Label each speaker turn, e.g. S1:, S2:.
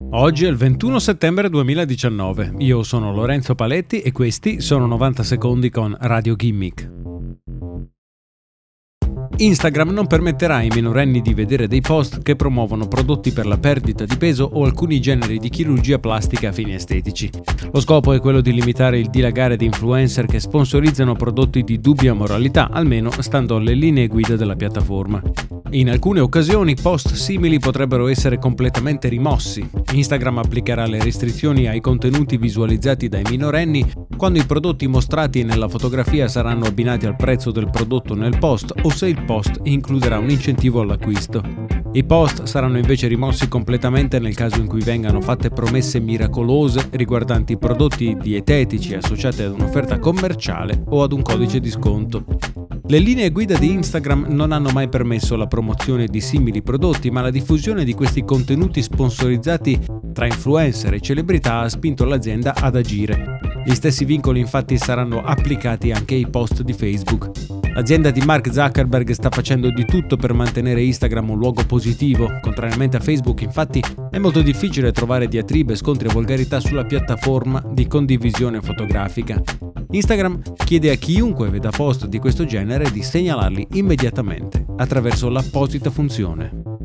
S1: Oggi è il 21 settembre 2019, io sono Lorenzo Paletti e questi sono 90 secondi con Radio Gimmick. Instagram non permetterà ai minorenni di vedere dei post che promuovono prodotti per la perdita di peso o alcuni generi di chirurgia plastica a fini estetici. Lo scopo è quello di limitare il dilagare di influencer che sponsorizzano prodotti di dubbia moralità, almeno stando alle linee guida della piattaforma. In alcune occasioni post simili potrebbero essere completamente rimossi. Instagram applicherà le restrizioni ai contenuti visualizzati dai minorenni quando i prodotti mostrati nella fotografia saranno abbinati al prezzo del prodotto nel post o se il post includerà un incentivo all'acquisto. I post saranno invece rimossi completamente nel caso in cui vengano fatte promesse miracolose riguardanti prodotti dietetici associati ad un'offerta commerciale o ad un codice di sconto. Le linee guida di Instagram non hanno mai permesso la promozione di simili prodotti, ma la diffusione di questi contenuti sponsorizzati tra influencer e celebrità ha spinto l'azienda ad agire. Gli stessi vincoli infatti saranno applicati anche ai post di Facebook. L'azienda di Mark Zuckerberg sta facendo di tutto per mantenere Instagram un luogo positivo. Contrariamente a Facebook, infatti, è molto difficile trovare diatribe, scontri e volgarità sulla piattaforma di condivisione fotografica. Instagram chiede a chiunque veda post di questo genere di segnalarli immediatamente attraverso l'apposita funzione.